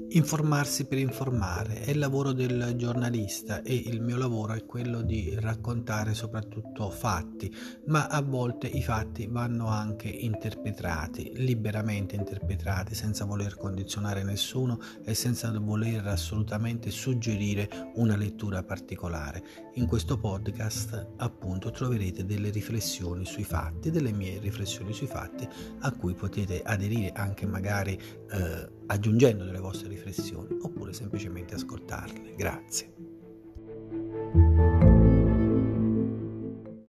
Informarsi per informare è il lavoro del giornalista e il mio lavoro è quello di raccontare soprattutto fatti, ma a volte i fatti vanno anche interpretati, liberamente interpretati, senza voler condizionare nessuno e senza voler assolutamente suggerire una lettura particolare. In questo podcast, appunto, troverete delle riflessioni sui fatti, delle mie riflessioni sui fatti, a cui potete aderire anche magari aggiungendo delle vostre riflessioni oppure semplicemente ascoltarle. Grazie.